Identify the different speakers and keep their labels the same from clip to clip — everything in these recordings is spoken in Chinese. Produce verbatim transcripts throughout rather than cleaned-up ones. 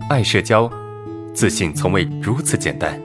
Speaker 1: 爱社交，自信从未如此简单。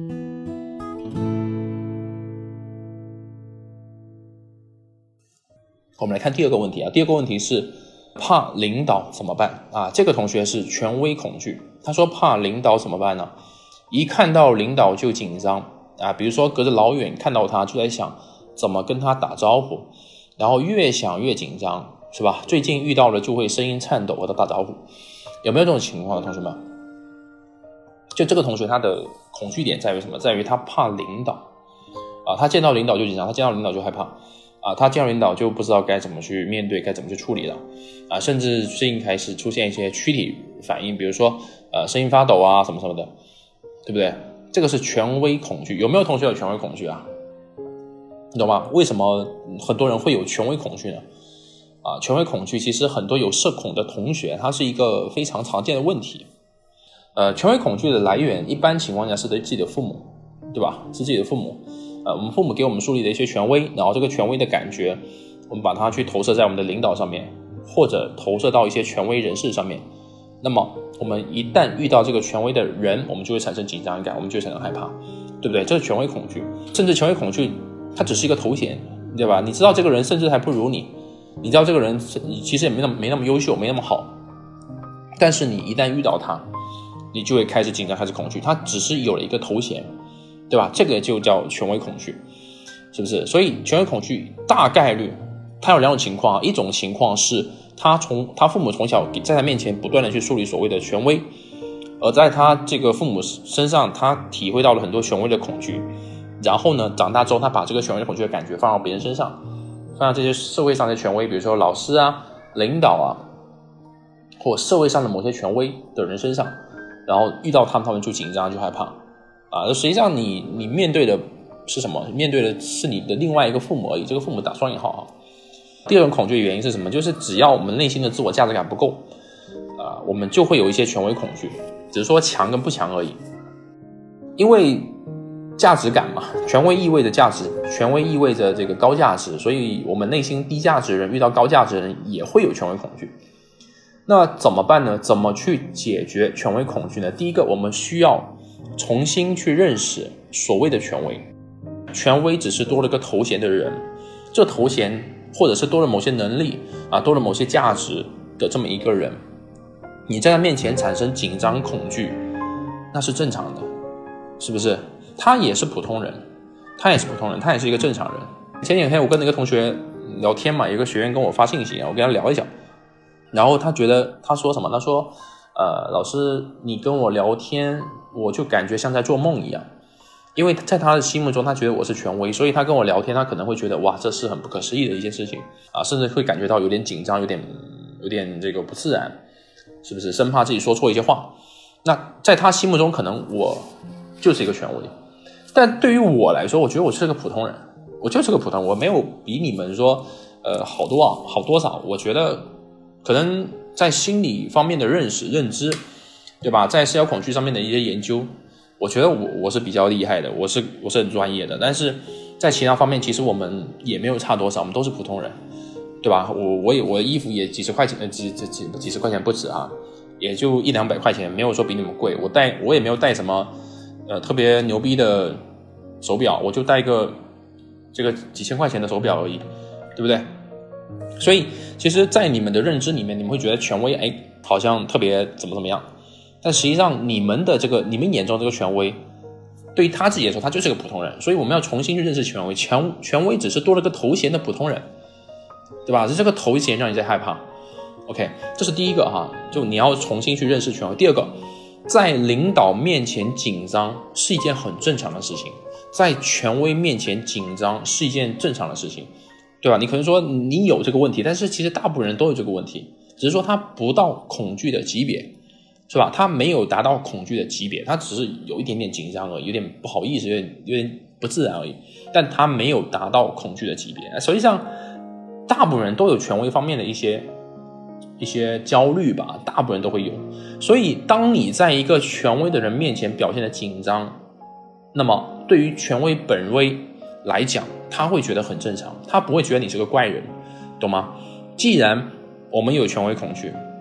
Speaker 2: 我们来看第二个问题啊，第二个问题是怕领导怎么办啊？这个同学是权威恐惧，他说怕领导怎么办呢？一看到领导就紧张啊，比如说隔着老远看到他就在想怎么跟他打招呼，然后越想越紧张，是吧？最近遇到了就会声音颤抖和他打招呼，有没有这种情况，同学们？就这个同学他的恐惧点在于什么？在于他怕领导啊，他见到领导就紧张，他见到领导就害怕啊，他见到领导就不知道该怎么去面对，该怎么去处理了啊，甚至最近开始出现一些躯体反应，比如说呃声音发抖啊什么什么的，对不对？这个是权威恐惧。有没有同学有权威恐惧啊？你懂吗？为什么很多人会有权威恐惧呢？啊，权威恐惧其实很多有社恐的同学，它是一个非常常见的问题。呃，权威恐惧的来源一般情况下是对自己的父母，对吧？是自己的父母。呃，我们父母给我们树立的一些权威，然后这个权威的感觉，我们把它去投射在我们的领导上面，或者投射到一些权威人士上面。那么我们一旦遇到这个权威的人，我们就会产生紧张感，我们就会产生害怕，对不对？这是权威恐惧。甚至权威恐惧它只是一个头衔，对吧？你知道这个人甚至还不如你，你知道这个人其实也没那么没那么优秀，没那么好，但是你一旦遇到他，你就会开始紧张，开始恐惧。他只是有了一个头衔，对吧？这个就叫权威恐惧，是不是？所以权威恐惧大概率它有两种情况，一种情况是他从他父母从小在他面前不断的去树立所谓的权威，而在他这个父母身上，他体会到了很多权威的恐惧，然后呢，长大之后他把这个权威的恐惧的感觉放到别人身上，放到这些社会上的权威，比如说老师啊、领导啊，或社会上的某些权威的人身上，然后遇到他们，他们就紧张就害怕啊。实际上你你面对的是什么？面对的是你的另外一个父母而已，这个父母打双引号啊。第二种恐惧的原因是什么？就是只要我们内心的自我价值感不够啊，我们就会有一些权威恐惧，只是说强跟不强而已。因为价值感嘛，权威意味着价值，权威意味着这个高价值，所以我们内心低价值的人遇到高价值的人也会有权威恐惧。那怎么办呢？怎么去解决权威恐惧呢？第一个，我们需要重新去认识所谓的权威。权威只是多了个头衔的人，这头衔或者是多了某些能力啊，多了某些价值的这么一个人，你在他面前产生紧张恐惧，那是正常的，是不是？他也是普通人，他也是普通人，他也是一个正常人。前几天我跟那个同学聊天嘛，有一个学员跟我发信息，我跟他聊一下，然后他觉得他说什么？他说，呃，老师，你跟我聊天，我就感觉像在做梦一样。因为在他的心目中，他觉得我是权威，所以他跟我聊天，他可能会觉得哇，这是很不可思议的一件事情啊，甚至会感觉到有点紧张，有点有点这个不自然，是不是？生怕自己说错一些话。那在他心目中，可能我就是一个权威，但对于我来说，我觉得我是个普通人，我就是个普通人，我没有比你们说呃好多啊好多少。我觉得可能在心理方面的认识认知，对吧？在社交恐惧上面的一些研究，我觉得我我是比较厉害的，我是我是很专业的，但是在其他方面其实我们也没有差多少，我们都是普通人，对吧？我我也我的衣服也几十块钱，呃几几几几十块钱不止啊，也就一两百块钱，没有说比你们贵。我戴我也没有戴什么呃特别牛逼的手表，我就戴个这个几千块钱的手表而已，对不对？所以其实在你们的认知里面，你们会觉得权威哎好像特别怎么怎么样，但实际上你们的这个你们眼中这个权威，对于他自己来说他就是个普通人，所以我们要重新去认识权威。权权威只是多了个头衔的普通人，对吧？是这个头衔让你在害怕。 OK， 这是第一个哈，就你要重新去认识权威。第二个，在领导面前紧张是一件很正常的事情，在权威面前紧张是一件正常的事情，对吧？你可能说你有这个问题，但是其实大部分人都有这个问题，只是说他不到恐惧的级别，是吧？他没有达到恐惧的级别，他只是有一点点紧张而已，有点不好意思，有点有点不自然而已，但他没有达到恐惧的级别。实际上大部分人都有权威方面的一些一些焦虑吧，大部分人都会有。所以当你在一个权威的人面前表现的紧张，那么对于权威本位来讲，他会觉得很正常，他不会觉得你是个怪人，懂吗？既然我们有权威恐惧，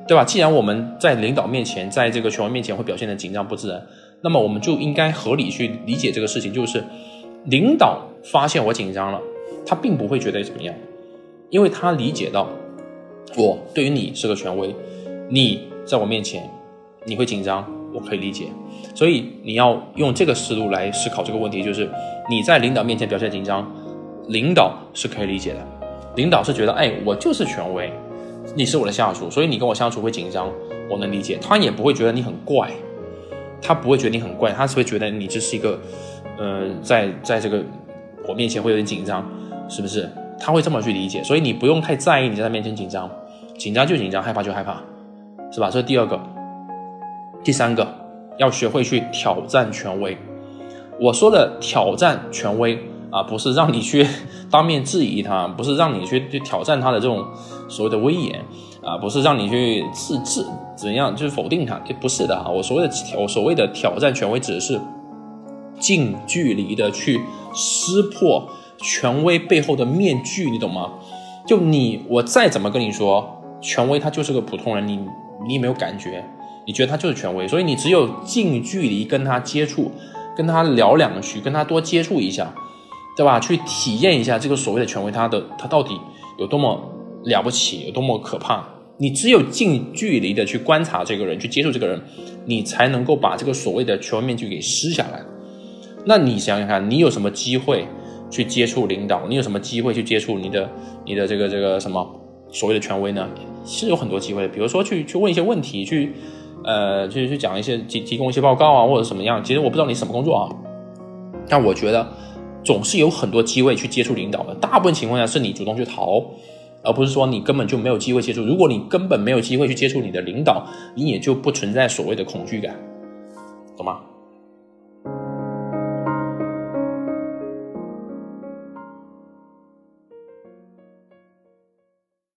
Speaker 2: 对吧？既然我们在领导面前，在这个权威面前会表现得紧张不自然，那么我们就应该合理去理解这个事情，就是领导发现我紧张了，他并不会觉得怎么样，因为他理解到我对于你是个权威，你在我面前你会紧张，我可以理解。所以你要用这个思路来思考这个问题，就是你在领导面前表现紧张，领导是可以理解的，领导是觉得哎，我就是权威，你是我的下属，所以你跟我相处会紧张，我能理解。他也不会觉得你很怪，他不会觉得你很怪，他只会觉得你这是一个呃，在在这个我面前会有点紧张，是不是？他会这么去理解，所以你不用太在意你在他面前紧张，紧张就紧张，害怕就害怕，是吧？这是第二个。第三个，要学会去挑战权威。我说的挑战权威啊，不是让你去当面质疑他，不是让你去去挑战他的这种所谓的威严啊，不是让你去自治怎样就是否定他，这不是的啊。我所谓的我所谓的挑战权威，指的是近距离的去撕破权威背后的面具，你懂吗？就你我再怎么跟你说，权威他就是个普通人，你你没有感觉，你觉得他就是权威，所以你只有近距离跟他接触，跟他聊两句，跟他多接触一下，对吧？去体验一下这个所谓的权威，他的他到底有多么了不起，有多么可怕。你只有近距离的去观察这个人，去接触这个人，你才能够把这个所谓的权威面具给撕下来。那你想想看，你有什么机会去接触领导？你有什么机会去接触你的你的这个这个什么所谓的权威呢？是有很多机会的，比如说去去问一些问题，去呃去去讲一些提提供一些报告啊，或者什么样。其实我不知道你什么工作啊，但我觉得总是有很多机会去接触领导的。大部分情况下是你主动去逃，而不是说你根本就没有机会接触。如果你根本没有机会去接触你的领导，你也就不存在所谓的恐惧感，懂吗？